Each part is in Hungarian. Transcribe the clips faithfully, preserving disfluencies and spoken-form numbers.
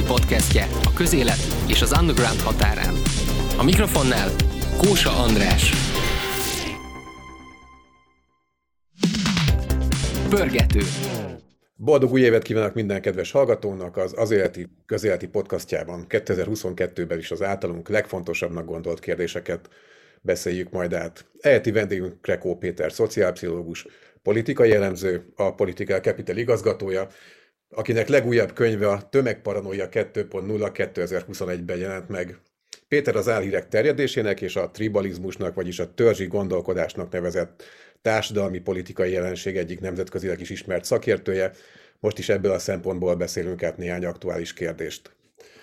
podcastje a közélet és az underground határán. A mikrofonnál Kósa András. Pörgető. Boldog új évet kívánok minden kedves hallgatónak az Az Életi Közéleti Podcastjában. kétezer-huszonkettőben is az általunk legfontosabbnak gondolt kérdéseket beszéljük majd át. Eheti vendégünk Krekó Péter, szociálpszichológus, politikai elemző, a Political Capital igazgatója, akinek legújabb könyve a Tömegparanoia kettő pont nulla kétezer-huszonegyben jelent meg. Péter az álhírek terjedésének és a tribalizmusnak, vagyis a törzsi gondolkodásnak nevezett társadalmi politikai jelenség egyik nemzetközileg is ismert szakértője. Most is ebből a szempontból beszélünk át néhány aktuális kérdést.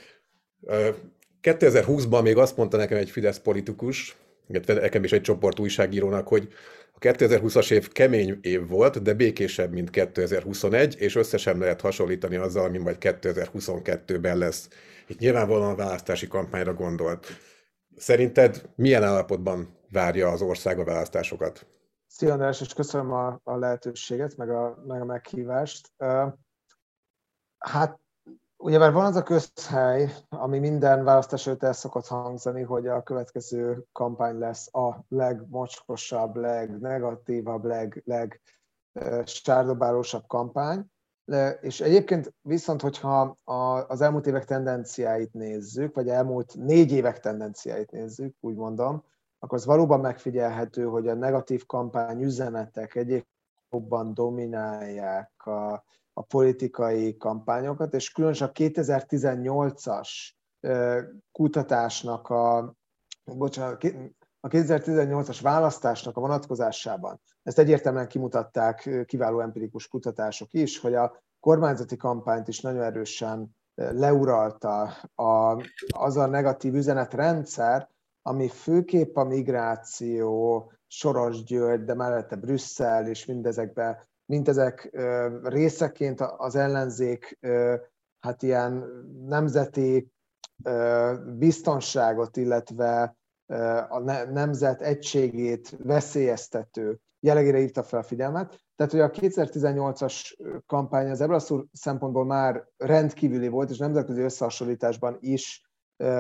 kétezer-húszban még azt mondta nekem egy Fidesz politikus, nekem is egy csoport újságírónak, hogy a kétezer-húszas év kemény év volt, de békésebb, mint kétezer-huszonegy, és összesen lehet hasonlítani azzal, ami majd kétezer-huszonkettőben lesz. Itt nyilvánvalóan a választási kampányra gondolt. Szerinted milyen állapotban várja az ország a választásokat? Szia András, és köszönöm a, a lehetőséget, meg a, meg a meghívást. Uh, hát ugye már van az a közhely, ami minden választás előtt el szokott hangzani, hogy a következő kampány lesz a legmocskosabb, legnegatívabb, leg, leg uh, sárdobálósabb kampány. De, és egyébként viszont, hogyha a, az elmúlt évek tendenciáit nézzük, vagy elmúlt négy évek tendenciáit nézzük, úgy mondom, akkor az valóban megfigyelhető, hogy a negatív kampány üzenetek egyébként jobban dominálják a, a politikai kampányokat, és különösen a kétezer-tizennyolcas kutatásnak, a, bocsánat, a kétezer-tizennyolcas választásnak a vonatkozásában, ezt egyértelműen kimutatták kiváló empirikus kutatások is, hogy a kormányzati kampányt is nagyon erősen leuralta a, az a negatív üzenetrendszer, ami főképp a migráció, Soros György, de mellette Brüsszel és mindezekben, mindezek részeként az ellenzék hát ilyen nemzeti biztonságot, illetve a nemzet egységét veszélyeztető jellegére hívta fel a figyelmet. Tehát, hogy a kétezer-tizennyolcas kampány az ebből a szempontból már rendkívüli volt, és nemzetközi összehasonlításban is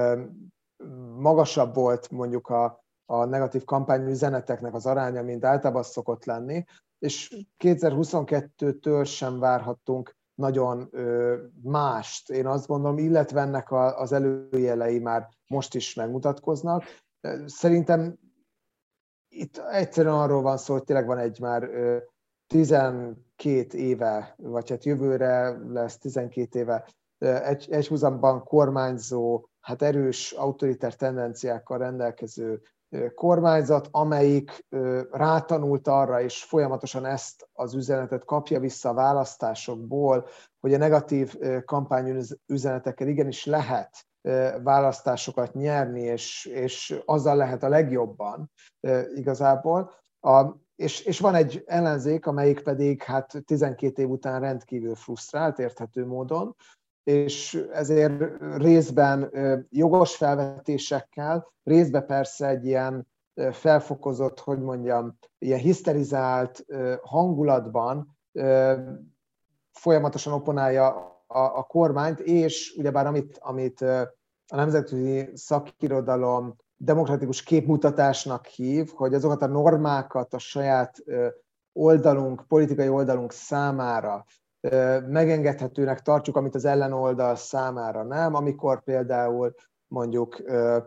magasabb volt mondjuk a, a negatív kampányüzeneteknek az aránya, mint általában szokott lenni, és kétezer-huszonkettőtől sem várhattunk nagyon ö, mást, én azt gondolom, illetve ennek a, az előjelei már most is megmutatkoznak. Szerintem itt egyszerűen arról van szó, hogy tényleg van egy már ö, tizenkét éve, vagy hát jövőre lesz tizenkét éve egy, egyhuzamban kormányzó, hát erős autoriter tendenciákkal rendelkező kormányzat, amelyik rátanult arra, és folyamatosan ezt az üzenetet kapja vissza a választásokból, hogy a negatív kampányüzenetekkel igenis lehet választásokat nyerni, és, és azzal lehet a legjobban igazából. A, és, és van egy ellenzék, amelyik pedig hát tizenkét év után rendkívül frusztrált, érthető módon, és ezért részben jogos felvetésekkel, részben persze egy ilyen felfokozott, hogy mondjam, ilyen hiszterizált hangulatban folyamatosan opponálja a, a kormányt, és ugyebár amit, amit a nemzetközi szakirodalom demokratikus képmutatásnak hív, hogy azokat a normákat a saját oldalunk, politikai oldalunk számára megengedhetőnek tartjuk, amit az ellenoldal számára nem, amikor például mondjuk ö,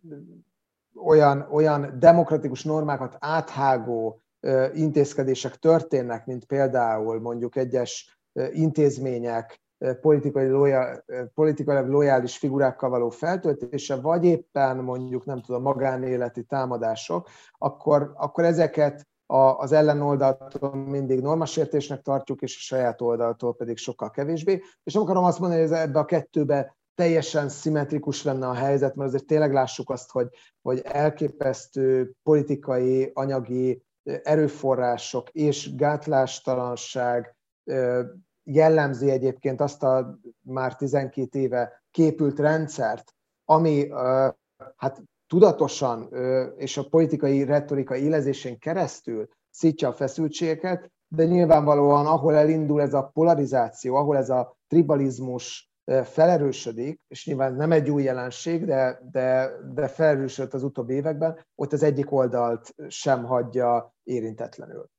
olyan, olyan demokratikus normákat áthágó ö, intézkedések történnek, mint például mondjuk egyes ö, intézmények ö, politikai lojál, ö, politikailag lojális figurákkal való feltöltése, vagy éppen mondjuk nem tudom, magánéleti támadások, akkor, akkor ezeket az ellenoldaltól mindig normasértésnek tartjuk, és a saját oldaltól pedig sokkal kevésbé. És nem akarom azt mondani, hogy ebbe a kettőbe teljesen szimmetrikus lenne a helyzet, mert azért tényleg lássuk azt, hogy, hogy elképesztő politikai, anyagi erőforrások és gátlástalanság jellemzi egyébként azt a már tizenkét éve képült rendszert, ami hát tudatosan és a politikai retorika élezésén keresztül szítja a feszültségeket, de nyilvánvalóan ahol elindul ez a polarizáció, ahol ez a tribalizmus felerősödik, és nyilván nem egy új jelenség, de, de, de felerősödött az utóbbi években, ott az egyik oldalt sem hagyja érintetlenül.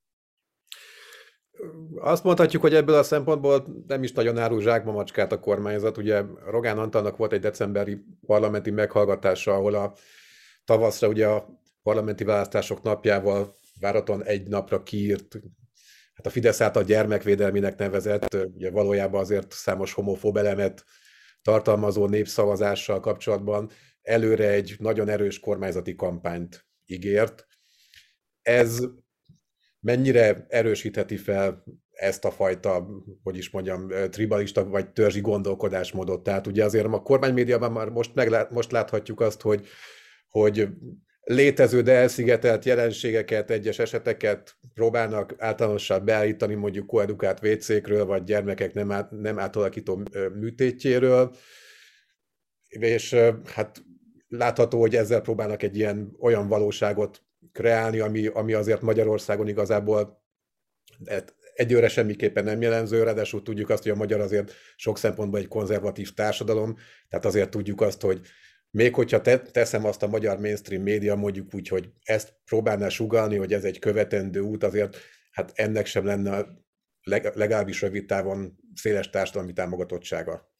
Azt mondhatjuk, hogy ebből a szempontból nem is nagyon árul zsákba macskát a kormányzat. Ugye Rogán Antalnak volt egy decemberi parlamenti meghallgatása, ahol a tavaszra ugye a parlamenti választások napjával várhatóan egy napra kiírt, hát a Fidesz által gyermekvédelminek nevezett, ugye valójában azért számos homofób elemet tartalmazó népszavazással kapcsolatban előre egy nagyon erős kormányzati kampányt ígért. Ez mennyire erősítheti fel ezt a fajta, hogy is mondjam, tribalista vagy törzsi gondolkodásmódot? Tehát ugye azért a kormánymédiában már most, meglát, most láthatjuk azt, hogy, hogy létező, de elszigetelt jelenségeket, egyes eseteket próbálnak általánosan beállítani, mondjuk koedukált vécékről, vagy gyermekek nem, át, nem átalakító műtétjéről, és hát látható, hogy ezzel próbálnak egy ilyen olyan valóságot kreálni, ami, ami azért Magyarországon igazából egyőre semmiképpen nem jellemző, ráadásul tudjuk azt, hogy a magyar azért sok szempontból egy konzervatív társadalom, tehát azért tudjuk azt, hogy még hogyha te, teszem azt a magyar mainstream média, mondjuk úgy, hogy ezt próbálná sugallni, hogy ez egy követendő út, azért hát ennek sem lenne legalábbis rövid távon széles társadalmi támogatottsága.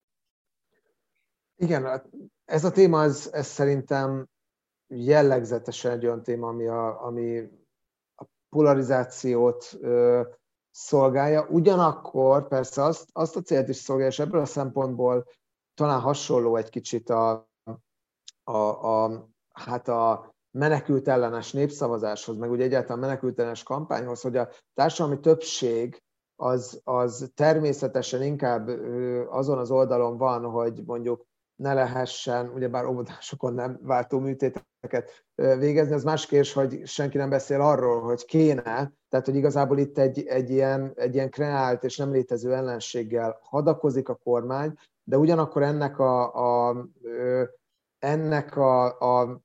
Igen, ez a téma, ez, ez szerintem jellegzetesen egy olyan téma, ami a, ami a polarizációt ö, szolgálja. Ugyanakkor persze azt, azt a célt is szolgálja, és ebből a szempontból talán hasonló egy kicsit a, a, a, hát a menekült ellenes népszavazáshoz, meg ugye egyáltalán menekült ellenes kampányhoz, hogy a társadalmi többség az, az természetesen inkább azon az oldalon van, hogy mondjuk ne lehessen, ugyebár óvodásokon nem váltó műtéteket végezni. Az más kérdés, hogy senki nem beszél arról, hogy kéne, tehát hogy igazából itt egy, egy, ilyen, egy ilyen kreált és nem létező ellenséggel hadakozik a kormány, de ugyanakkor ennek a, a, ennek a, a,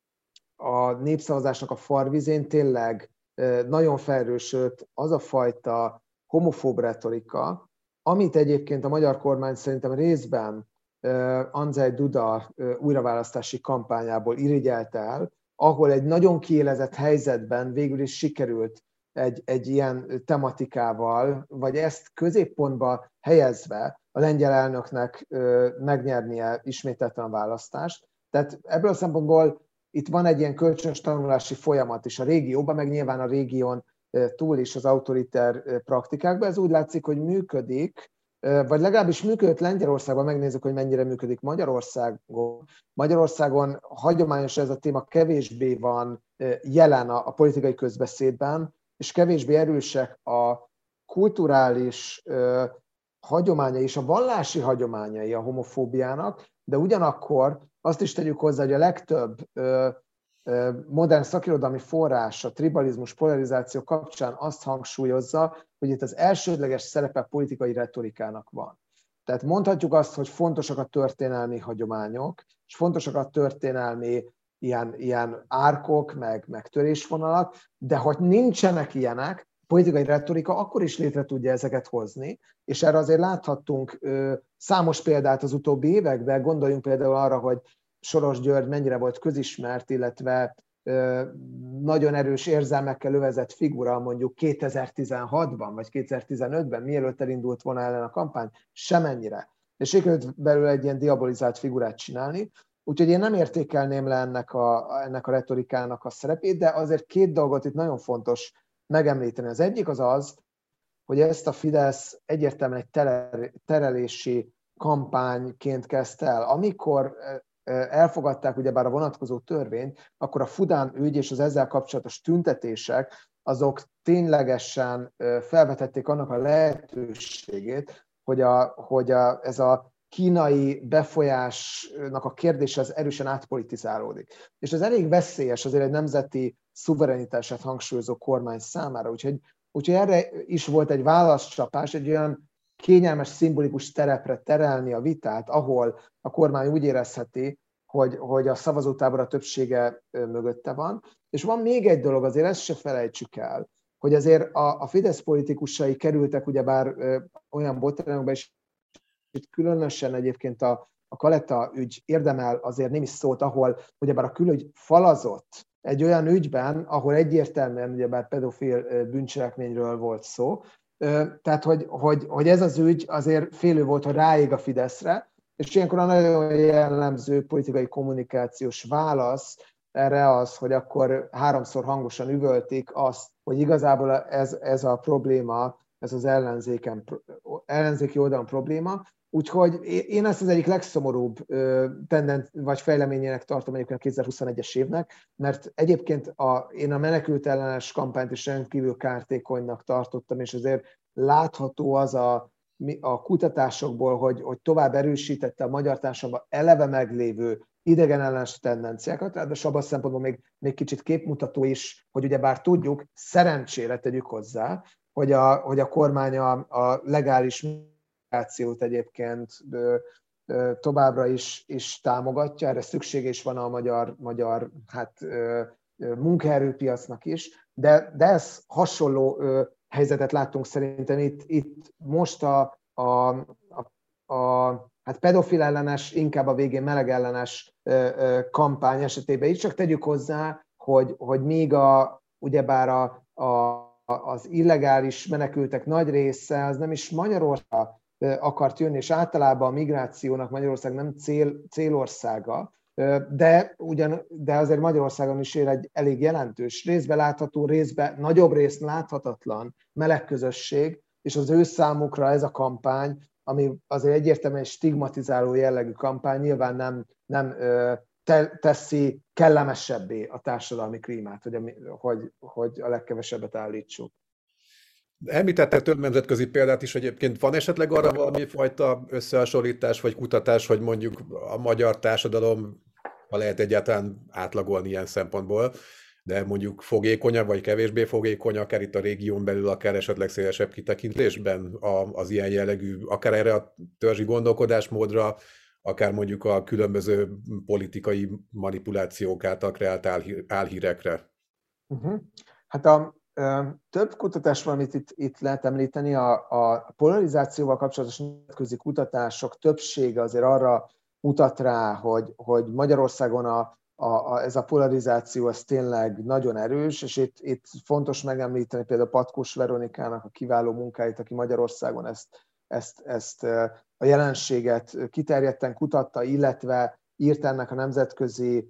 a népszavazásnak a farvizén tényleg nagyon felrősödött az a fajta homofób retorika, amit egyébként a magyar kormány szerintem részben Andrzej Duda újraválasztási kampányából irigyelt el, ahol egy nagyon kiélezett helyzetben végül is sikerült egy, egy ilyen tematikával, vagy ezt középpontba helyezve a lengyel elnöknek megnyernie ismételten a választást. Tehát ebből a szempontból itt van egy ilyen kölcsönös tanulási folyamat is a régióban, meg nyilván a régión túl is az autoriter praktikákban. Ez úgy látszik, hogy működik, vagy legalábbis működött Lengyelországban, megnézzük, hogy mennyire működik Magyarországon. Magyarországon hagyományos ez a téma kevésbé van jelen a, a politikai közbeszédben, és kevésbé erősek a kulturális uh, hagyományai és a vallási hagyományai a homofóbiának, de ugyanakkor azt is tegyük hozzá, hogy a legtöbb uh, uh, modern szakirodalmi forrás a tribalizmus, polarizáció kapcsán azt hangsúlyozza, hogy itt az elsődleges szerepe politikai retorikának van. Tehát mondhatjuk azt, hogy fontosak a történelmi hagyományok, és fontosak a történelmi ilyen, ilyen árkok, meg, meg törésvonalak, de hogy nincsenek ilyenek, politikai retorika akkor is létre tudja ezeket hozni, és erre azért láthattunk ö, számos példát az utóbbi években, gondoljunk például arra, hogy Soros György mennyire volt közismert, illetve ö, nagyon erős érzelmekkel övezett figura mondjuk kétezer-tizenhatban vagy kétezer-tizenötben, mielőtt elindult volna ellen a kampány, semennyire. És sikerült belőle egy ilyen diabolizált figurát csinálni, úgyhogy én nem értékelném le ennek a, ennek a retorikának a szerepét, de azért két dolgot itt nagyon fontos megemlíteni. Az egyik az az, hogy ezt a Fidesz egyértelműen egy terelési kampányként kezdte el. Amikor elfogadták ugyebár a vonatkozó törvényt, akkor a Fudán ügy és az ezzel kapcsolatos tüntetések, azok ténylegesen felvetették annak a lehetőségét, hogy, a, hogy a, ez a kínai befolyásnak a kérdése az erősen átpolitizálódik. És ez elég veszélyes azért egy nemzeti szuverenitását hangsúlyozó kormány számára. Úgyhogy, úgyhogy erre is volt egy válaszcsapás, egy olyan kényelmes, szimbolikus terepre terelni a vitát, ahol a kormány úgy érezheti, hogy, hogy a szavazótábor a többsége mögötte van. És van még egy dolog, azért ezt se felejtsük el, hogy azért a, a Fidesz politikusai kerültek ugyebár olyan botrányokba is, itt különösen egyébként a, a Kaletta ügy érdemel azért némi szót, ahol ugyebár a külügy falazott egy olyan ügyben, ahol egyértelműen ugyebár pedofil bűncselekményről volt szó. Tehát, hogy, hogy, hogy ez az ügy azért félő volt, hogy ráég a Fideszre, és ilyenkor a nagyon jellemző politikai kommunikációs válasz erre az, hogy akkor háromszor hangosan üvöltik azt, hogy igazából ez, ez a probléma, ez az ellenzéken, ellenzéki oldalon probléma. Úgyhogy én ezt az egyik legszomorúbb tendent, vagy fejleményének tartom egyébként a kétezer-huszonegyes évnek, mert egyébként a, én a menekült ellenes kampányt is rendkívül kártékonynak tartottam, és azért látható az a, a kutatásokból, hogy, hogy tovább erősítette a magyar társadalomban eleve meglévő idegenellenes tendenciákat, de abban a szempontból még, még kicsit képmutató is, hogy ugyebár tudjuk, szerencsére tegyük hozzá, hogy a, hogy a kormány a, a legális migrációt egyébként ö, ö, továbbra is, is támogatja, erre szüksége is van a magyar, magyar hát, ö, ö, munkaerőpiacnak is, de, de ez hasonló ö, helyzetet láttunk szerintem itt, itt most a, a, a, a hát pedofil ellenes, inkább a végén meleg ellenes ö, ö, kampány esetében is, csak tegyük hozzá, hogy, hogy még a, ugyebár a, a, az illegális menekültek nagy része az nem is Magyarország akart jönni, és általában a migrációnak Magyarország nem cél, célországa, de, ugyan, de azért Magyarországon is ér egy elég jelentős, részben látható, részben nagyobb részt láthatatlan meleg közösség, és az ő számukra ez a kampány, ami azért egyértelműen stigmatizáló jellegű kampány, nyilván nem, nem te, teszi kellemesebbé a társadalmi klímát, hogy, hogy, hogy a legkevesebbet állítsuk. Említettek több nemzetközi példát is, egyébként van esetleg arra valami fajta összehasonlítás vagy kutatás, hogy mondjuk a magyar társadalom, ha lehet egyáltalán átlagolni ilyen szempontból, de mondjuk fogékonyabb vagy kevésbé fogékony, akár itt a régión belül, akár esetleg szélesebb kitekintésben az ilyen jellegű, akár erre a törzsi gondolkodásmódra, akár mondjuk a különböző politikai manipulációk által kreált álhírekre. Uh-huh. Hát a több kutatás van, amit itt, itt lehet említeni, a, a polarizációval kapcsolatos nemzetközi kutatások többsége azért arra mutat rá, hogy, hogy Magyarországon a, a, a, ez a polarizáció ez tényleg nagyon erős, és itt, itt fontos megemlíteni például Patkós Veronikának a kiváló munkáit, aki Magyarországon ezt, ezt, ezt a jelenséget kiterjedten kutatta, illetve írt ennek a nemzetközi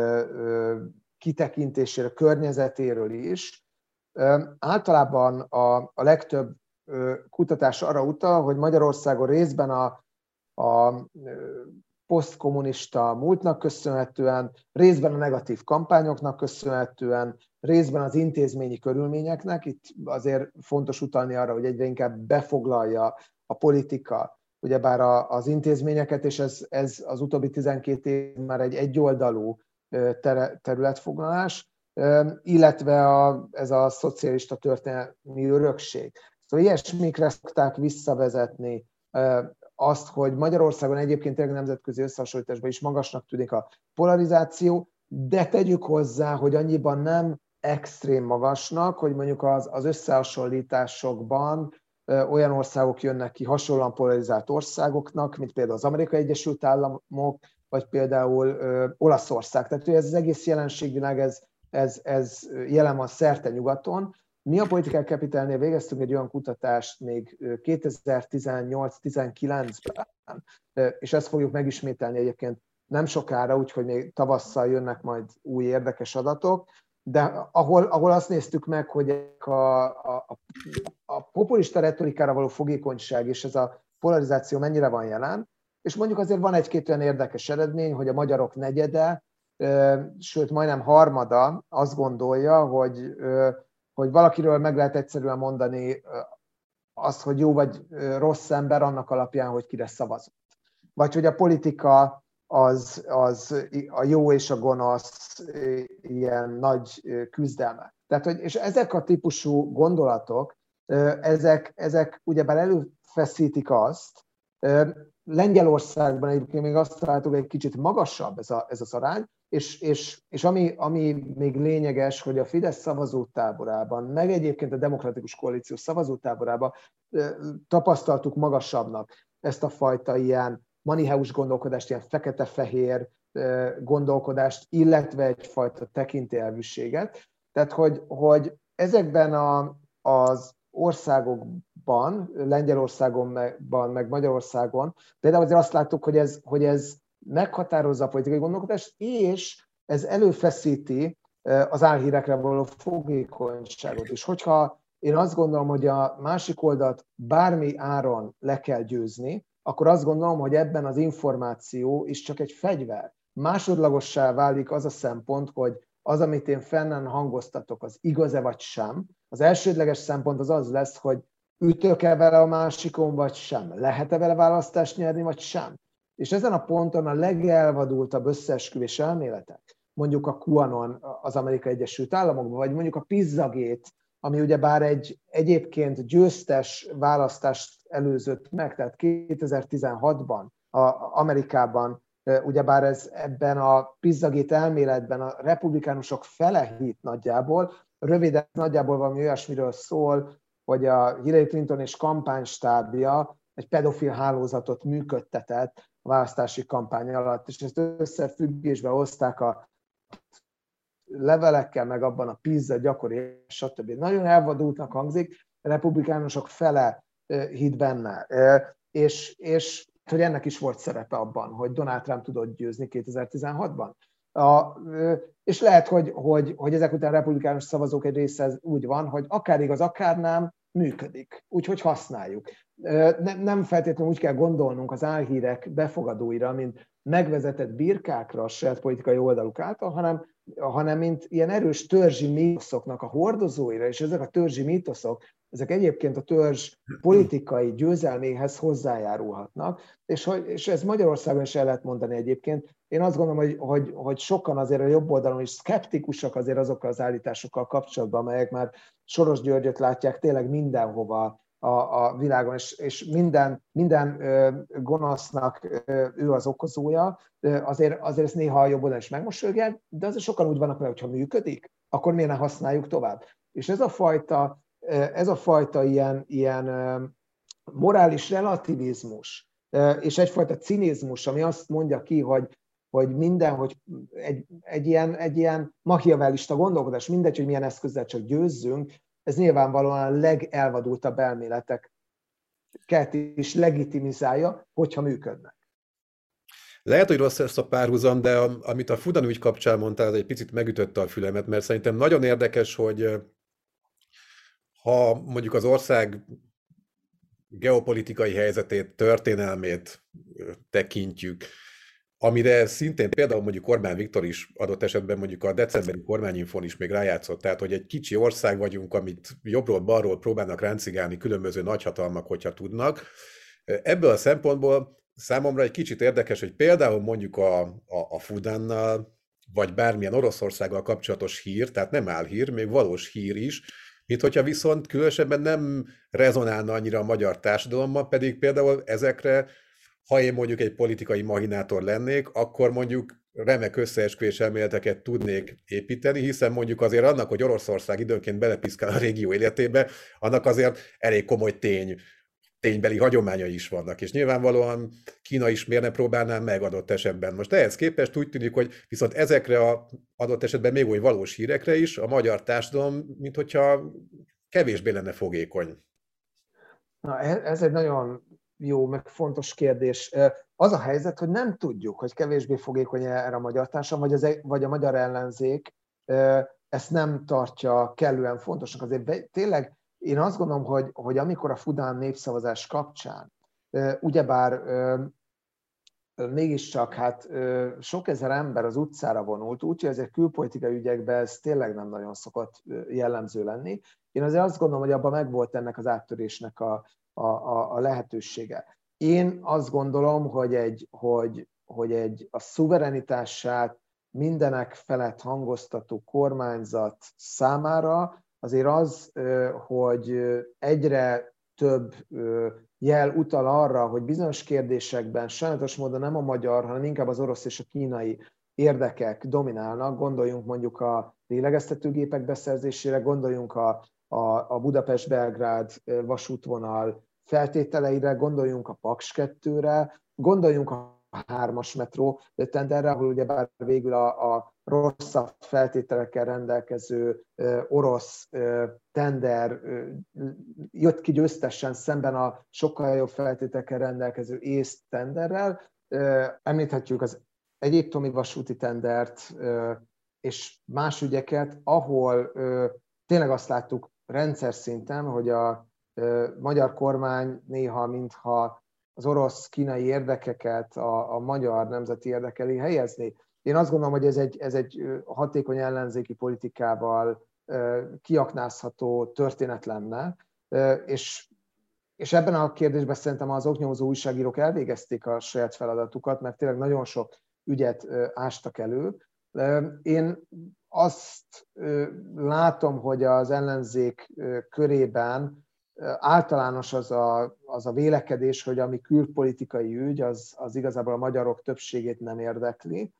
kitekintésére, környezetéről is. Általában a, a legtöbb kutatás arra utal, hogy Magyarországon részben a, a posztkommunista múltnak köszönhetően, részben a negatív kampányoknak köszönhetően, részben az intézményi körülményeknek. Itt azért fontos utalni arra, hogy egyre inkább befoglalja a politika, ugyebár az intézményeket, és ez, ez az utóbbi tizenkét év már egy egyoldalú területfoglalás, illetve a, ez a szocialista történelmi örökség. Szóval ilyesmikre szokták visszavezetni azt, hogy Magyarországon egyébként tényleg nemzetközi összehasonlításban is magasnak tűnik a polarizáció, de tegyük hozzá, hogy annyiban nem extrém magasnak, hogy mondjuk az, az összehasonlításokban olyan országok jönnek ki hasonlóan polarizált országoknak, mint például az Amerikai Egyesült Államok, vagy például ö, Olaszország. Tehát ez az egész jelenségvilág, ez, ez, ez jelen van szerte nyugaton. Mi a Political Capitalnél végeztünk egy olyan kutatást még kétezer-tizennyolc-tizenkilencben, és ezt fogjuk megismételni egyébként nem sokára, úgyhogy még tavasszal jönnek majd új érdekes adatok, de ahol, ahol azt néztük meg, hogy a, a, a populista retorikára való fogékonyság és ez a polarizáció mennyire van jelen, és mondjuk azért van egy-két olyan érdekes eredmény, hogy a magyarok negyede, sőt majdnem harmada azt gondolja, hogy, hogy valakiről meg lehet egyszerűen mondani azt, hogy jó vagy rossz ember annak alapján, hogy kire szavazott. Vagy hogy a politika az, az a jó és a gonosz ilyen nagy küzdelme. Tehát, hogy, és ezek a típusú gondolatok, ezek, ezek ugyebár előfeszítik azt, Lengyelországban egyébként még azt találtuk, egy kicsit magasabb ez, a, ez az arány, és, és, és ami, ami még lényeges, hogy a Fidesz szavazótáborában, meg egyébként a Demokratikus Koalíció szavazótáborában tapasztaltuk magasabbnak. ezt a fajta ilyen manicheus gondolkodást, ilyen fekete-fehér gondolkodást, illetve egyfajta tekintélyelvűséget. Tehát, hogy, hogy ezekben a, az országokban, Lengyelországonban, meg Magyarországon, például azért azt láttuk, hogy ez, hogy ez meghatározza a politikai gondolkodást, és ez előfeszíti az álhírekre való fogékonyságot is. Hogyha én azt gondolom, hogy a másik oldalt bármi áron le kell győzni, akkor azt gondolom, hogy ebben az információ is csak egy fegyver. Másodlagossá válik az a szempont, hogy az, amit én fennan hangoztatok, az igaz-e vagy sem. Az elsődleges szempont az az lesz, hogy ütök-e vele a másikon, vagy sem. Lehet-e vele választást nyerni, vagy sem. És ezen a ponton a legelvadultabb összeesküvés elméletek, mondjuk a QAnon az Amerikai Egyesült Államokban, vagy mondjuk a Pizzagate, ami ugyebár egy egyébként győztes választást előzött meg, tehát kétezer-tizenhatban a Amerikában, ugyebár ez ebben a Pizzagate elméletben a republikánusok fele hitt nagyjából, röviden nagyjából valami olyasmiről szól, hogy a Hillary Clinton és kampánystábja egy pedofil hálózatot működtetett a választási kampány alatt, és ezt összefüggésbe hozták a levelekkel, meg abban a pizza gyakori, stb. Nagyon elvadultnak hangzik, a republikánusok fele hitt benne. És, és hogy ennek is volt szerepe abban, hogy Donald Trump tudott győzni kétezer-tizenhatban. A, és lehet, hogy, hogy, hogy ezek után republikánus szavazók egy része úgy van, hogy akár igaz, akár nem, működik, úgyhogy használjuk. Nem, nem feltétlenül úgy kell gondolnunk az álhírek befogadóira, mint megvezetett birkákra a saját politikai oldaluk által, hanem, hanem mint ilyen erős törzsi mítoszoknak a hordozóira, és ezek a törzsi mítoszok, ezek egyébként a törzs politikai győzelméhez hozzájárulhatnak, és, hogy, és ez Magyarországon is el lehet mondani egyébként. Én azt gondolom, hogy, hogy, hogy sokan azért a jobb oldalon is szkeptikusak azért azokkal az állításokkal kapcsolatban, amelyek már Soros Györgyöt látják tényleg mindenhova a, a világon, és, és minden, minden ö, gonosznak ö, ő az okozója, ö, azért, azért ezt néha a jobb oldalon is megmosolyogják, de azért sokan úgy vannak vele, hogyha működik, akkor miért ne használjuk tovább. És ez a fajta, ez a fajta ilyen, ilyen morális relativizmus, és egyfajta cinizmus, ami azt mondja ki, hogy, hogy minden, hogy egy, egy, ilyen, egy ilyen machiavellista gondolkodás, mindegy, hogy milyen eszközzel csak győzzünk, ez nyilvánvalóan a legelvadultabb elméleteket is legitimizálja, hogyha működnek. Lehet, hogy rossz lesz a párhuzam, de amit a Fudan ügy kapcsán mondtál, az egy picit megütötte a fülemet, mert szerintem nagyon érdekes, hogy ha mondjuk az ország geopolitikai helyzetét, történelmét tekintjük, amire szintén például mondjuk Orbán Viktor is adott esetben mondjuk a decemberi kormányinfón is még rájátszott, tehát hogy egy kicsi ország vagyunk, amit jobbról-balról próbálnak ráncigálni különböző nagyhatalmak, hogyha tudnak. Ebből a szempontból számomra egy kicsit érdekes, hogy például mondjuk a, a, a Fudannal, vagy bármilyen Oroszországgal kapcsolatos hír, tehát nem álhír, még valós hír is, mint hogyha viszont különösebben nem rezonálna annyira a magyar társadalomban, pedig például ezekre, ha én mondjuk egy politikai mahinátor lennék, akkor mondjuk remek összeesküvés elméleteket tudnék építeni, hiszen mondjuk azért annak, hogy Oroszország időnként belepiszkál a régió életébe, annak azért elég komoly tény, ténybeli hagyományai is vannak, és nyilvánvalóan Kína is miért ne próbálná meg adott esetben. Most ehhez képest úgy tűnik, hogy viszont ezekre a adott esetben még oly valós hírekre is a magyar társadalom, mint hogyha kevésbé lenne fogékony. Na, ez egy nagyon jó, meg fontos kérdés. Az a helyzet, hogy nem tudjuk, hogy kevésbé fogékony erre a magyar társadalom, vagy, az, vagy a magyar ellenzék ezt nem tartja kellően fontosnak. Azért tényleg én azt gondolom, hogy, hogy amikor a Fudan népszavazás kapcsán, ugyebár mégiscsak hát sok ezer ember az utcára vonult, úgyhogy ezért külpolitikai ügyekben ez tényleg nem nagyon szokott jellemző lenni. Én azért azt gondolom, hogy abban megvolt ennek az áttörésnek a, a, a, a lehetősége. Én azt gondolom, hogy egy, hogy, hogy egy a szuverenitását mindenek felett hangoztató kormányzat számára azért az, hogy egyre több jel utal arra, hogy bizonyos kérdésekben sajnálatos módon nem a magyar, hanem inkább az orosz és a kínai érdekek dominálnak. Gondoljunk mondjuk a lélegeztetőgépek beszerzésére, gondoljunk a, a, a Budapest-Belgrád vasútvonal feltételeire, gondoljunk a Paks kettőre, gondoljunk a hármas metró tenderre, ahol ugyebár végül a, a rosszabb feltételekkel rendelkező ö, orosz ö, tender ö, jött ki győztesen szemben a sokkal jobb feltételekkel rendelkező ész tenderrel. Ö, említhetjük az egyiptomi vasúti tendert ö, és más ügyeket, ahol ö, tényleg azt láttuk rendszer szinten, hogy a ö, magyar kormány néha, mintha az orosz-kínai érdekeket a, a magyar nemzeti érdek elé helyezni. Én azt gondolom, hogy ez egy, ez egy hatékony ellenzéki politikával kiaknázható történet lenne, és, és ebben a kérdésben szerintem az oknyomozó újságírók elvégezték a saját feladatukat, mert tényleg nagyon sok ügyet ástak elő. Én azt látom, hogy az ellenzék körében általános az a, az a vélekedés, hogy ami külpolitikai ügy, az, az igazából a magyarok többségét nem érdekli.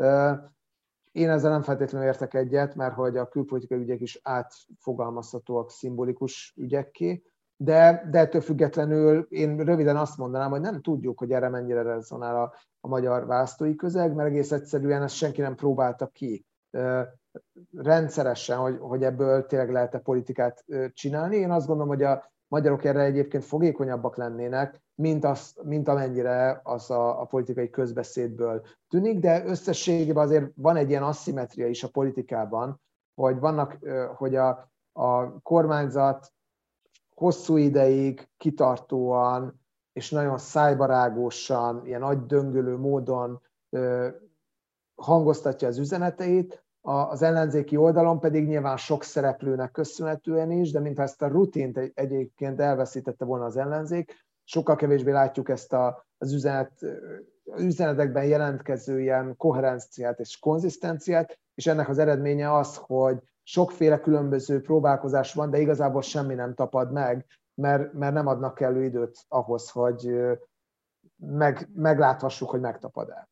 Én ezzel nem feltétlenül értek egyet, mert hogy a külpolitikai ügyek is átfogalmazhatóak szimbolikus ügyekké, de, de ettől függetlenül én röviden azt mondanám, hogy nem tudjuk, hogy erre mennyire rezonál a, a magyar választói közeg, mert egész egyszerűen ezt senki nem próbálta ki rendszeresen, hogy, hogy ebből tényleg lehet-e politikát csinálni. Én azt gondolom, hogy a magyarok erre egyébként fogékonyabbak lennének, mint, az, mint amennyire az a, a politikai közbeszédből tűnik, de összességében azért van egy ilyen asszimetria is a politikában, hogy vannak, hogy a, a kormányzat hosszú ideig kitartóan és nagyon szájbarágósan, ilyen agydöngölő módon hangoztatja az üzeneteit, az ellenzéki oldalon pedig nyilván sok szereplőnek köszönhetően is, de mintha ezt a rutint egyébként elveszítette volna az ellenzék, sokkal kevésbé látjuk ezt a, az üzenet, üzenetekben jelentkező ilyen koherenciát és konzisztenciát, és ennek az eredménye az, hogy sokféle különböző próbálkozás van, de igazából semmi nem tapad meg, mert, mert nem adnak kellő időt ahhoz, hogy meg, megláthassuk, hogy megtapad-e.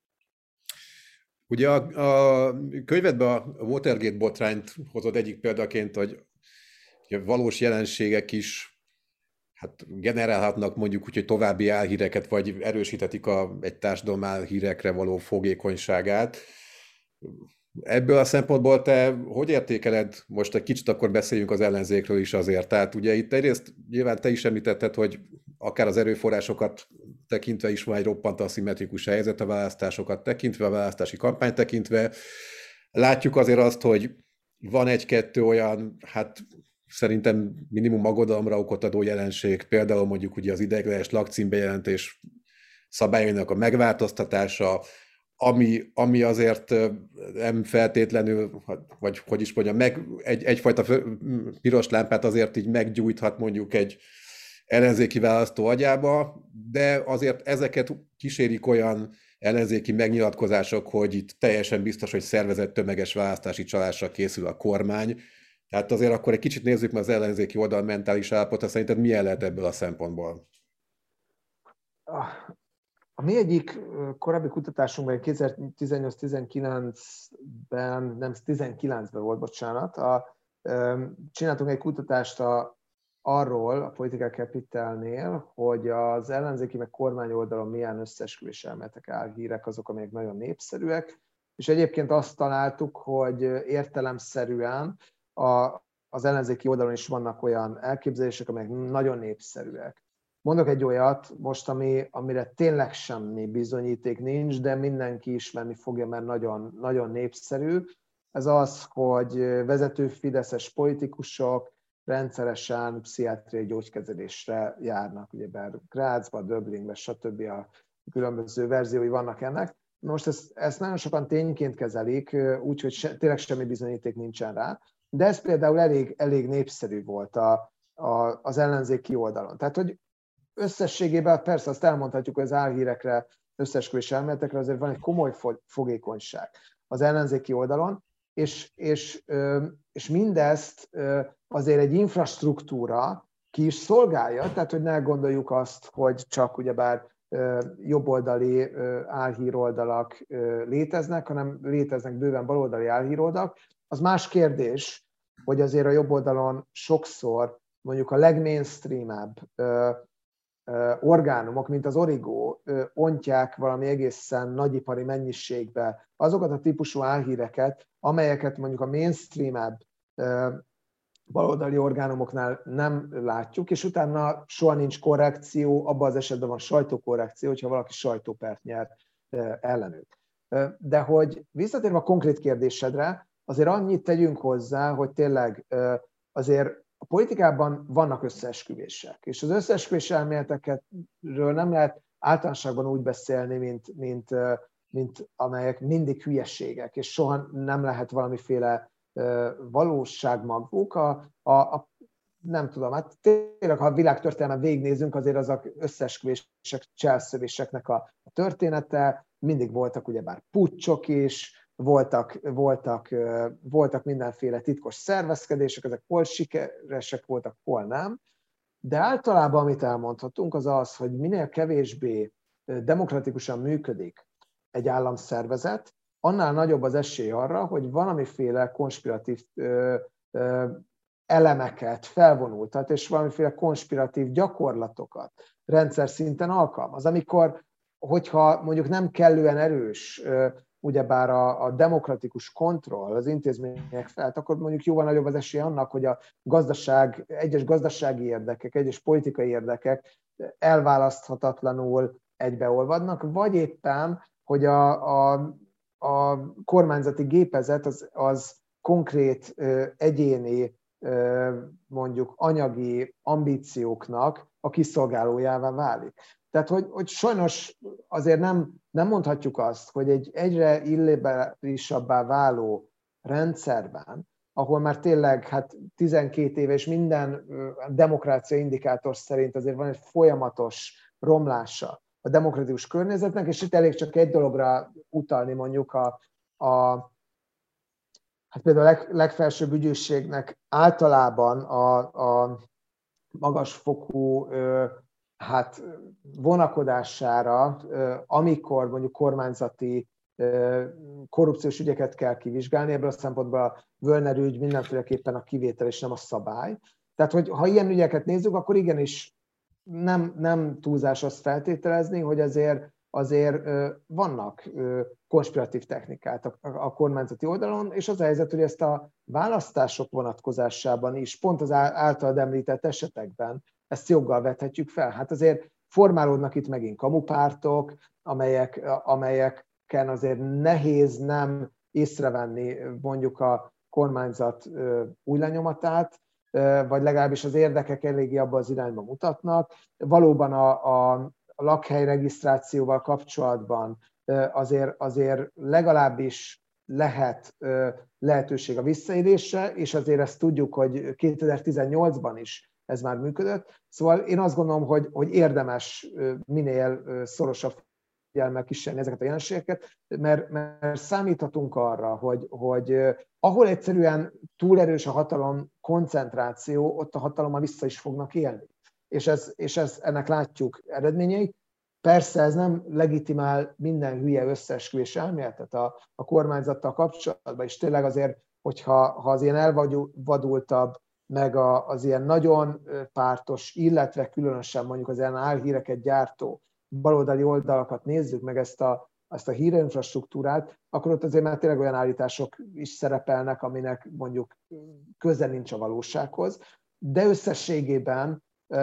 Ugye a, a könyvedben a Watergate botrányt hozod egyik példaként, hogy a valós jelenségek is hát generálhatnak mondjuk úgy, hogy további álhíreket, vagy erősíthetik a, egy társadalom álhírekre való fogékonyságát. Ebből a szempontból te hogy értékeled, most egy kicsit akkor beszéljünk az ellenzékről is azért, tehát ugye itt egyrészt nyilván te is említetted, hogy akár az erőforrásokat tekintve is van egy roppant aszimmetrikus helyzet, a választásokat tekintve, a választási kampányt tekintve. Látjuk azért azt, hogy van egy-kettő olyan, hát szerintem minimum aggodalomra okot adó jelenség, például mondjuk ugye az ideiglenes lakcímbejelentés szabályainak a megváltoztatása, ami, ami azért nem feltétlenül, vagy hogy is mondjam, meg egy, egyfajta piros lámpát azért így meggyújthat mondjuk egy ellenzéki választó agyába, de azért ezeket kísérik olyan ellenzéki megnyilatkozások, hogy itt teljesen biztos, hogy szervezett tömeges választási csalásra készül a kormány. Tehát azért akkor egy kicsit nézzük meg az ellenzéki oldal mentális állapota. Szerinted milyen lehet ebből a szempontból? A mi egyik korábbi kutatásunkban, kétezer-tizennyolc-tizenkilencben, nem, tizenkilencben volt, bocsánat, a, csináltunk egy kutatást a, arról a Political Capitalnél, hogy az ellenzéki meg kormány oldalon milyen összeesküvés elméletek álhírek azok, amelyek nagyon népszerűek, és egyébként azt találtuk, hogy értelemszerűen a, az ellenzéki oldalon is vannak olyan elképzelések, amelyek nagyon népszerűek. Mondok egy olyat most, ami, amire tényleg semmi bizonyíték nincs, de mindenki ismerni fogja, mert nagyon, nagyon népszerű. Ez az, hogy vezető fideszes politikusok rendszeresen pszichiátriai gyógykezelésre járnak, ugyebár Grazba, Döblingbe, stb. A különböző verziói vannak ennek. Most ezt, ezt nagyon sokan tényként kezelik, úgyhogy se, tényleg semmi bizonyíték nincsen rá, de ez például elég, elég népszerű volt a, a, az ellenzéki oldalon. Tehát, hogy összességében persze azt elmondhatjuk, hogy az álhírekre, összeesküvés elméletekre azért van egy komoly fogékonyság az ellenzéki oldalon, és, és, és mindezt azért egy infrastruktúra ki is szolgálja, tehát hogy ne gondoljuk azt, hogy csak ugyebár jobboldali álhíroldalak léteznek, hanem léteznek bőven baloldali álhíroldalak. Az más kérdés, hogy azért a jobb oldalon sokszor mondjuk a legmainstreamebb orgánumok, mint az Origo ontják valami egészen nagyipari mennyiségbe azokat a típusú álhíreket, amelyeket mondjuk a mainstreamebb baloldali orgánumoknál nem látjuk, és utána soha nincs korrekció, abban az esetben van sajtókorrekció, hogyha valaki sajtópert nyer ellenük. De hogy visszatérve a konkrét kérdésedre, azért annyit tegyünk hozzá, hogy tényleg azért a politikában vannak összeesküvések, és az összeesküvés elméletekről nem lehet általánosságban úgy beszélni, mint, mint, mint amelyek mindig hülyességek, és soha nem lehet valamiféle valóság maguk. A, a, a, nem tudom, hát tényleg, ha a világtörténelmet végignézünk, azért azok összeesküvések, cselszövéseknek a, a története, mindig voltak ugyebár puccsok is, voltak, voltak, voltak mindenféle titkos szervezkedések, ezek hol sikeresek voltak, hol nem. De általában, amit elmondhatunk, az az, hogy minél kevésbé demokratikusan működik egy államszervezet, annál nagyobb az esély arra, hogy valamiféle konspiratív ö, ö, elemeket felvonultat, és valamiféle konspiratív gyakorlatokat rendszer szinten alkalmaz. Amikor, hogyha mondjuk nem kellően erős, ö, ugyebár a, a demokratikus kontroll az intézmények felett, akkor mondjuk jóval nagyobb az esély annak, hogy a gazdaság, egyes gazdasági érdekek, egyes politikai érdekek elválaszthatatlanul egybeolvadnak, vagy éppen, hogy a, a a kormányzati gépezet az, az konkrét egyéni, mondjuk anyagi ambícióknak a kiszolgálójává válik. Tehát, hogy, hogy sajnos azért nem, nem mondhatjuk azt, hogy egy egyre illiberálisabbá váló rendszerben, ahol már tényleg hát tizenkét éve és minden demokrácia indikátor szerint azért van egy folyamatos romlása a demokratikus környezetnek, és itt elég csak egy dologra utalni, mondjuk a, a hát például a leg, legfelsőbb ügyészségnek általában a, a magasfokú hát vonakodására, amikor mondjuk kormányzati korrupciós ügyeket kell kivizsgálni, ebből a szempontból a Völner ügy mindenféleképpen a kivétel és nem a szabály. Tehát, hogy ha ilyen ügyeket nézzük, akkor igenis nem, nem túlzás azt feltételezni, hogy azért, azért vannak konspiratív technikák a, a kormányzati oldalon, és az a helyzet, hogy ezt a választások vonatkozásában is, pont az általad említett esetekben, ezt joggal vethetjük fel. Hát azért formálódnak itt megint kamupártok, amelyek, amelyeken azért nehéz nem észrevenni mondjuk a kormányzat új lenyomatát, vagy legalábbis az érdekek eléggé abban az irányba mutatnak. Valóban a, a, a lakhelyregisztrációval kapcsolatban azért, azért legalábbis lehet lehetőség a visszaélésre, és azért ezt tudjuk, hogy kétezer-tizennyolcban is ez már működött. Szóval én azt gondolom, hogy, hogy érdemes minél szorosabb figyelemmel kísérni ezeket a jelenségeket, mert, mert számíthatunk arra, hogy, hogy ahol egyszerűen túl erős a hatalom koncentráció, ott a hatalommal vissza is fognak élni. És, ez, és ez, ennek látjuk eredményeit. Persze ez nem legitimál minden hülye összeesküvés elméletet a, a kormányzattal kapcsolatban, és tényleg azért, hogyha ha az ilyen elvadultabb, meg a, az ilyen nagyon pártos, illetve különösen mondjuk az ilyen álhíreket gyártó baloldali oldalakat nézzük, meg ezt a, ezt a hírinfrastruktúrát, akkor ott azért már tényleg olyan állítások is szerepelnek, aminek mondjuk köze nincs a valósághoz. De összességében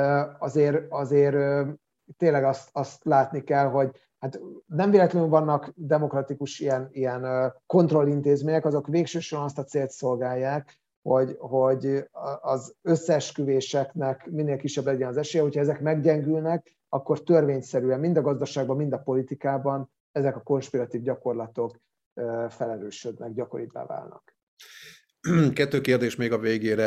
azért, azért tényleg azt, azt látni kell, hogy hát nem véletlenül vannak demokratikus ilyen, ilyen kontrollintézmények, azok végsősorban azt a célt szolgálják, hogy, hogy az összeesküvéseknek minél kisebb legyen az esélye, hogyha ezek meggyengülnek, akkor törvényszerűen mind a gazdaságban, mind a politikában ezek a konspiratív gyakorlatok felerősödnek, gyakoribbá válnak. Kettő kérdés még a végére.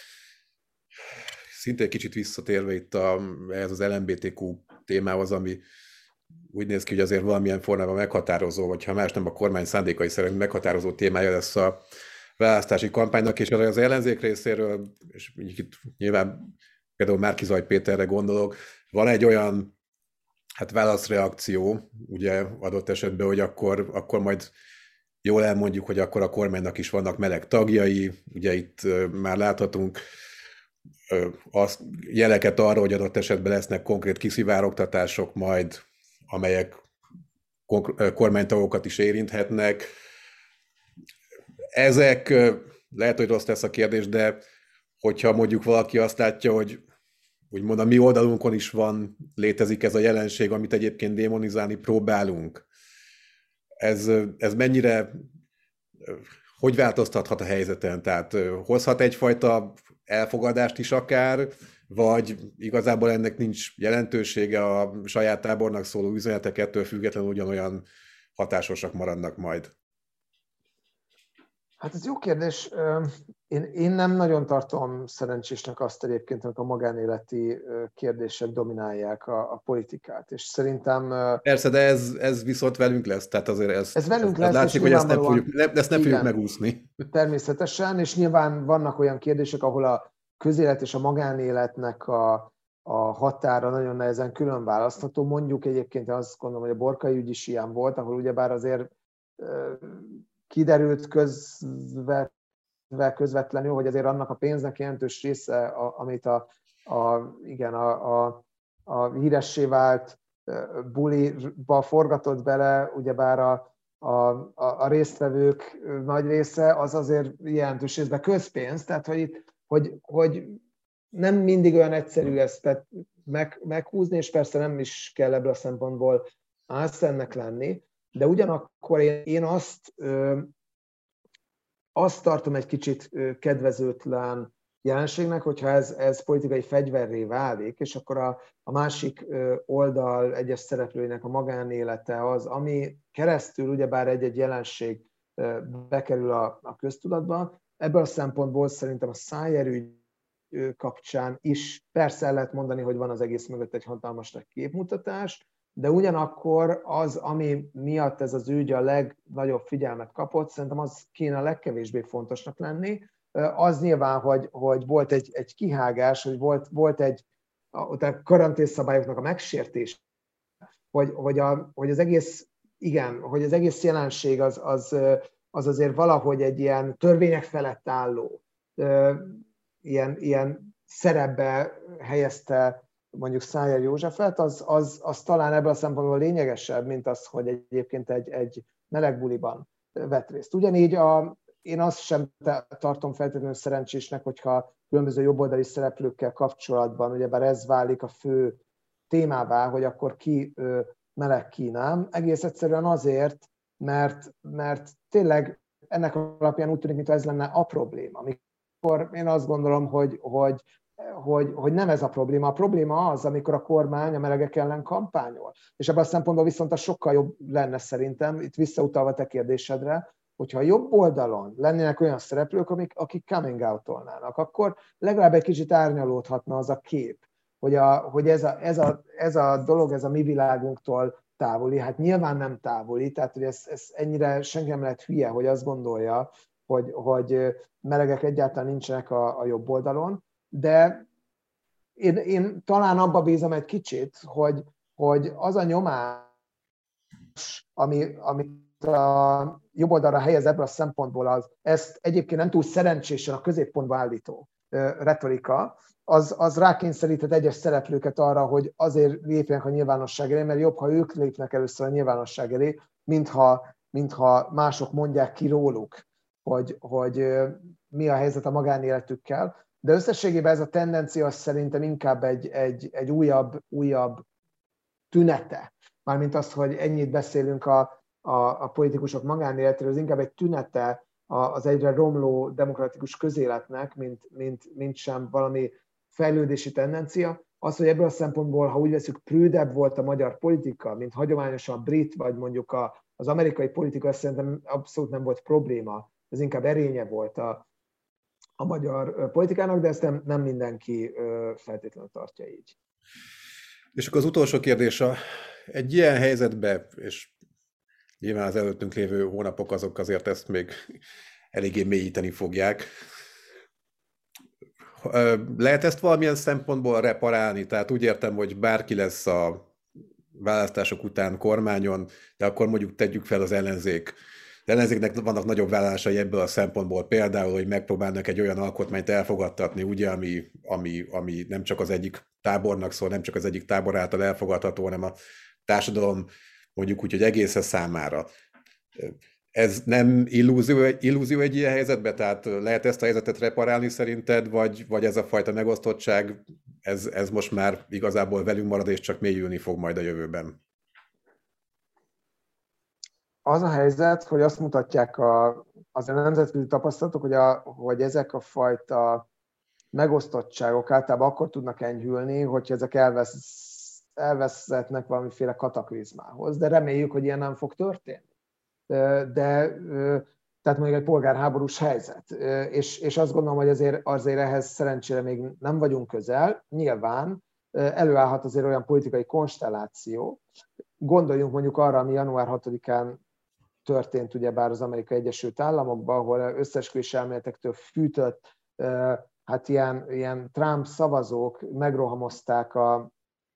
Szintén kicsit visszatérve itt a, ez az el em bé té kú témához, ami úgy néz ki, hogy azért valamilyen formában meghatározó, vagy ha más nem a kormány szándékai szerint meghatározó témája lesz a választási kampánynak, és az ellenzék részéről, és itt nyilván például Márki-Zay Péterre gondolok, van egy olyan hát válaszreakció, ugye adott esetben, hogy akkor, akkor majd jól elmondjuk, hogy akkor a kormánynak is vannak meleg tagjai, ugye itt már láthatunk azt jeleket arra, hogy adott esetben lesznek konkrét kiszivárogtatások majd, amelyek kormánytagokat is érinthetnek. Ezek, lehet, hogy rossz lesz a kérdés, de hogyha mondjuk valaki azt látja, hogy úgymond a mi oldalunkon is van, létezik ez a jelenség, amit egyébként démonizálni próbálunk, ez, ez mennyire, hogy változtathat a helyzeten? Tehát hozhat egyfajta elfogadást is akár, vagy igazából ennek nincs jelentősége, a saját tábornak szóló üzenetek ettől függetlenül ugyanolyan hatásosak maradnak majd? Hát ez jó kérdés. Én, én nem nagyon tartom szerencsésnek azt egyébként, hogy a magánéleti kérdések dominálják a, a politikát, és szerintem... Persze, de ez, ez viszont velünk lesz, tehát azért ez, ez velünk ez, lesz, látszik, hogy ezt nem fogjuk, ezt nem fogjuk megúszni. Természetesen, és nyilván vannak olyan kérdések, ahol a közélet és a magánéletnek a, a határa nagyon nehezen külön választható. Mondjuk egyébként azt gondolom, hogy a Borkai ügy is ilyen volt, ahol ugyebár azért kiderült közvetlenül, közvetlenül, hogy azért annak a pénznek jelentős része, amit a, a, igen, a, a, a híressé vált buliba forgatott bele, ugyebár a, a, a, a résztvevők nagy része, az azért jelentős részben közpénz, tehát hogy, itt, hogy, hogy nem mindig olyan egyszerű ezt meg, meghúzni, és persze nem is kell ebből a szempontból álszennek lenni, de ugyanakkor én, én azt, ö, azt tartom egy kicsit kedvezőtlen jelenségnek, hogyha ez, ez politikai fegyverré válik, és akkor a, a másik oldal egyes szereplőinek a magánélete az, ami keresztül ugyebár egy-egy jelenség bekerül a, a köztudatba. Ebből a szempontból szerintem a Szájer ügy kapcsán is persze el lehet mondani, hogy van az egész mögött egy hatalmas nagy képmutatás, de ugyanakkor az, ami miatt ez az ügy a legnagyobb figyelmet kapott, szerintem az kéne a legkevésbé fontosnak lenni. Az nyilván, hogy, hogy volt egy, egy kihágás, hogy volt, volt egy a karanténszabályoknak a megsértése, hogy, hogy, a, hogy az egész, igen, hogy az egész jelenség az, az, az azért valahogy egy ilyen törvények felett álló, ilyen, ilyen szerepbe helyezte mondjuk Szájer Józsefet, az, az, az talán ebből a szempontból lényegesebb, mint az, hogy egyébként egy, egy meleg buliban vett részt. Ugyanígy a, én azt sem tartom feltétlenül szerencsésnek, hogyha különböző jobboldali szereplőkkel kapcsolatban, ugyebár ez válik a fő témává, hogy akkor ki meleg, ki nem. Egész egyszerűen azért, mert, mert tényleg ennek alapján úgy tűnik, mintha ez lenne a probléma. Amikor én azt gondolom, hogy, hogy Hogy, hogy nem ez a probléma. A probléma az, amikor a kormány a melegek ellen kampányol. És ebben a szempontból viszont az sokkal jobb lenne szerintem, itt visszautalva te kérdésedre, hogyha a jobb oldalon lennének olyan szereplők, amik, akik coming out-olnának, akkor legalább egy kicsit árnyalódhatna az a kép, hogy, a, hogy ez, a, ez, a, ez a dolog, ez a mi világunktól távoli. Hát nyilván nem távoli, tehát hogy ez, ez ennyire senki nem lehet hülye, hogy azt gondolja, hogy, hogy melegek egyáltalán nincsenek a, a jobb oldalon, de én, én talán abba bízom egy kicsit, hogy, hogy az a nyomás, ami, amit a jobb oldalra helyez ebből a szempontból, az, ezt egyébként nem túl szerencsésen a középpontba állító retorika, az, az rákényszerített egyes szereplőket arra, hogy azért lépjenek a nyilvánosság elé, mert jobb, ha ők lépnek először a nyilvánosság elé, mintha, mintha mások mondják ki róluk, hogy, hogy mi a helyzet a magánéletükkel. De összességében ez a tendencia szerintem inkább egy, egy, egy újabb, újabb tünete. Mármint az, hogy ennyit beszélünk a, a, a politikusok magánéletéről, ez inkább egy tünete az egyre romló demokratikus közéletnek, mint, mint, mint sem valami fejlődési tendencia. Az, hogy ebből a szempontból, ha úgy veszük, prűdebb volt a magyar politika, mint hagyományosan a brit, vagy mondjuk a, az amerikai politika, szerintem abszolút nem volt probléma. Ez inkább erénye volt a a magyar politikának, de ezt nem, nem mindenki feltétlenül tartja így. És akkor az utolsó kérdés, egy ilyen helyzetben, és nyilván az előttünk lévő hónapok azok azért ezt még eléggé mélyíteni fogják. Lehet ezt valamilyen szempontból reparálni? Tehát úgy értem, hogy bárki lesz a választások után kormányon, de akkor mondjuk tegyük fel az ellenzék ellenzéknek vannak nagyobb vállalásai ebből a szempontból, például, hogy megpróbálnak egy olyan alkotmányt elfogadtatni, ugye, ami, ami, ami nem csak az egyik tábornak szól, nem csak az egyik tábor által elfogadható, hanem a társadalom mondjuk úgy, hogy egészen számára. Ez nem illúzió, illúzió egy ilyen helyzetben? Tehát lehet ezt a helyzetet reparálni szerinted, vagy, vagy ez a fajta megosztottság, ez, ez most már igazából velünk marad, és csak mélyülni fog majd a jövőben? Az a helyzet, hogy azt mutatják a, az a nemzetközi tapasztalatok, hogy, a, hogy ezek a fajta megosztottságok általában akkor tudnak enyhülni, hogyha ezek elvesz, elvezetnek valamiféle kataklizmához. De reméljük, hogy ilyen nem fog történni. De tehát mondjuk egy polgárháborús helyzet. És, és azt gondolom, hogy azért, azért ehhez szerencsére még nem vagyunk közel. Nyilván előállhat azért olyan politikai konstelláció. Gondoljunk mondjuk arra, ami január hatodikán történt ugyebár az Amerikai Egyesült Államokban, ahol összeesküvés elméletektől fűtött, hát ilyen, ilyen Trump szavazók megrohamozták a,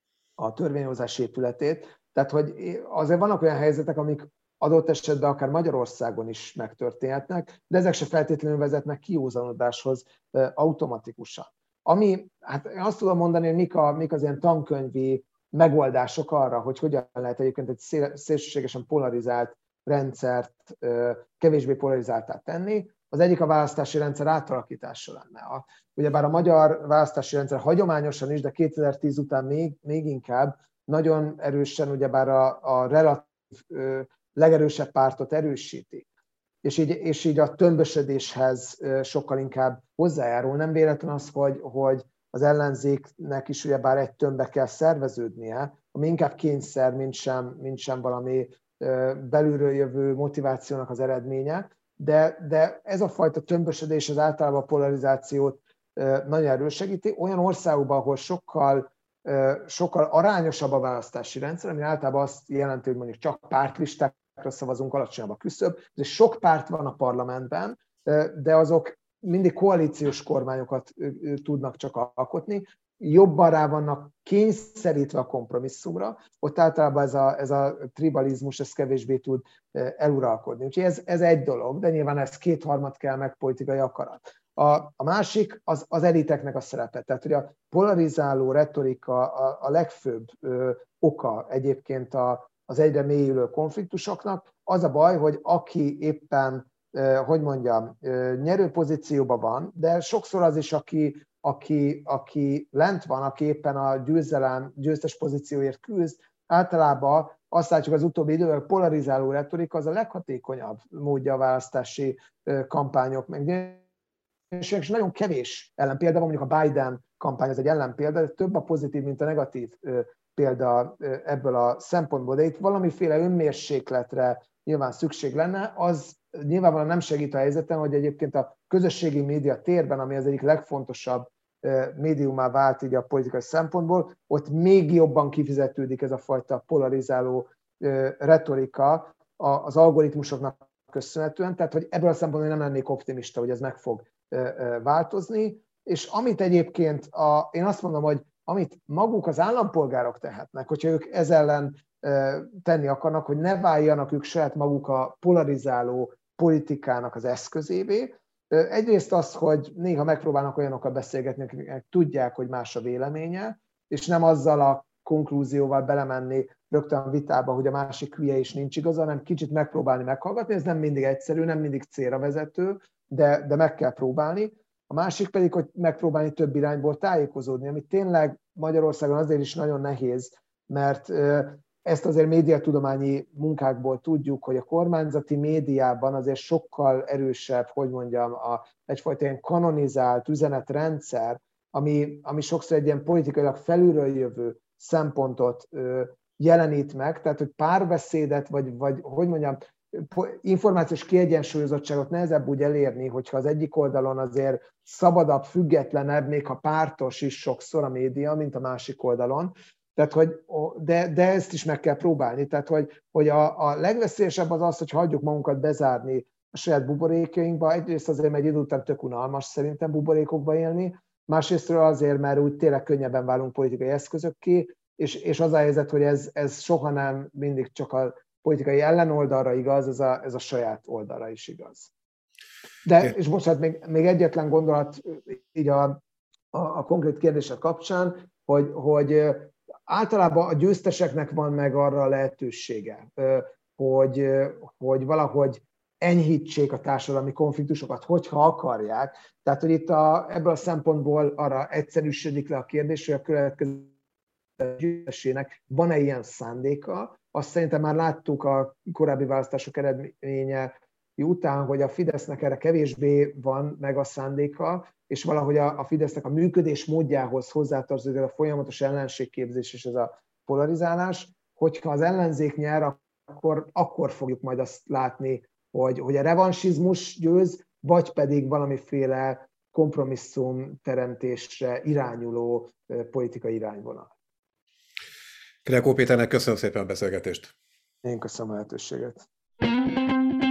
a törvényhozás épületét. Tehát, hogy azért vannak olyan helyzetek, amik adott esetben akár Magyarországon is megtörténhetnek, de ezek se feltétlenül vezetnek kiúzanodáshoz automatikusan. Ami, hát én azt tudom mondani, hogy mik, a, mik az ilyen tankönyvi megoldások arra, hogy hogyan lehet egyébként egy szélsőségesen polarizált rendszert kevésbé polarizáltá tenni. Az egyik a választási rendszer átalakítása lenne. A, ugyebár a magyar választási rendszer hagyományosan is, de kétezer-tíz után még, még inkább nagyon erősen ugyebár a, a relatív legerősebb pártot erősíti. És így, és így a tömbösödéshez sokkal inkább hozzájárul. Nem véletlen az, hogy, hogy az ellenzéknek is ugyebár egy tömbbe kell szerveződnie, ami inkább kényszer, mint sem, mint sem valami belülről jövő motivációnak az eredménye, de, de ez a fajta tömbösödés az általában a polarizációt nagyon elősegíti. Olyan országokban, ahol sokkal, sokkal arányosabb a választási rendszer, ami általában azt jelenti, hogy mondjuk csak pártlistákra szavazunk, alacsonyabb a küszöb, és sok párt van a parlamentben, de azok mindig koalíciós kormányokat tudnak csak alkotni, jobban rá vannak kényszerítve a kompromisszumra, ott általában ez a, ez a tribalizmus, ez kevésbé tud eluralkodni. Úgyhogy ez, ez egy dolog, de nyilván ez kétharmad kell meg politikai akarat. A, a másik az, az eliteknek a szerepe. Tehát, hogy a polarizáló retorika a, a legfőbb ö, oka egyébként a, az egyre mélyülő konfliktusoknak. Az a baj, hogy aki éppen, ö, hogy mondjam, ö, nyerő pozícióban van, de sokszor az is, aki Aki, aki lent van, aki éppen a győzelem, győztes pozícióért küzd, általában azt látjuk az utóbbi időben, polarizáló retorika az a leghatékonyabb módja a választási kampányok megnyerésére, és nagyon kevés ellenpélda van, mondjuk a Biden kampány az egy ellenpélda, de több a pozitív, mint a negatív példa ebből a szempontból. De itt valamiféle önmérsékletre nyilván szükség lenne, az nyilvánvalóan nem segít a helyzeten, hogy egyébként a közösségi média térben, ami az egyik legfontosabb médiumá vált így a politikai szempontból, ott még jobban kifizetődik ez a fajta polarizáló retorika az algoritmusoknak köszönhetően, tehát hogy ebből a szempontból nem lennék optimista, hogy ez meg fog változni, és amit egyébként, a, én azt mondom, hogy amit maguk az állampolgárok tehetnek, hogyha ők ez ellen tenni akarnak, hogy ne váljanak ők saját maguk a polarizáló politikának az eszközévé. Egyrészt az, hogy néha megpróbálnak olyanokkal beszélgetni, akik tudják, hogy más a véleménye, és nem azzal a konklúzióval belemenni rögtön a vitába, hogy a másik hülye is nincs igaza, hanem kicsit megpróbálni meghallgatni. Ez nem mindig egyszerű, nem mindig célra vezető, de, de meg kell próbálni. A másik pedig, hogy megpróbálni több irányból tájékozódni, ami tényleg Magyarországon azért is nagyon nehéz, mert ezt azért médiatudományi munkákból tudjuk, hogy a kormányzati médiában azért sokkal erősebb, hogy mondjam, a, egyfajta ilyen kanonizált üzenetrendszer, ami, ami sokszor egy ilyen politikailag felülről jövő szempontot ö, jelenít meg, tehát hogy párbeszédet, vagy, vagy hogy mondjam, információs kiegyensúlyozottságot nehezebb úgy elérni, hogyha az egyik oldalon azért szabadabb, függetlenebb, még ha pártos is sokszor a média, mint a másik oldalon. Tehát, hogy, de, de ezt is meg kell próbálni. Tehát, hogy, hogy a, a legveszélyesebb az az, hogy hagyjuk magunkat bezárni a saját buborékjainkba. Egyrészt azért, mert egy idő után tök unalmas szerintem buborékokba élni, másrésztről azért, mert úgy tényleg könnyebben válunk politikai eszközökké, és, és az a helyzet, hogy ez, ez soha nem mindig csak a politikai ellenoldalra igaz, ez a, ez a saját oldalra is igaz. De, és bocsánat, még, még egyetlen gondolat így a, a, a konkrét kérdések kapcsán, hogy, hogy általában a győzteseknek van meg arra a lehetősége, hogy, hogy valahogy enyhítsék a társadalmi konfliktusokat, hogyha akarják. Tehát, hogy itt a, ebből a szempontból arra egyszerűsödik le a kérdés, hogy a következő győztesének van-e ilyen szándéka. Azt szerintem már láttuk a korábbi választások eredménye után, hogy a Fidesznek erre kevésbé van meg a szándéka, és valahogy a, a Fidesznek a működés módjához hozzátartozik a folyamatos ellenségképzés és ez a polarizálás. Hogyha az ellenzék nyer, akkor, akkor fogjuk majd azt látni, hogy, hogy a revansizmus győz, vagy pedig valamiféle kompromisszum teremtésre irányuló politikai irányvonal. Krekó Péternek köszönöm szépen a beszélgetést. Én köszönöm a lehetőséget.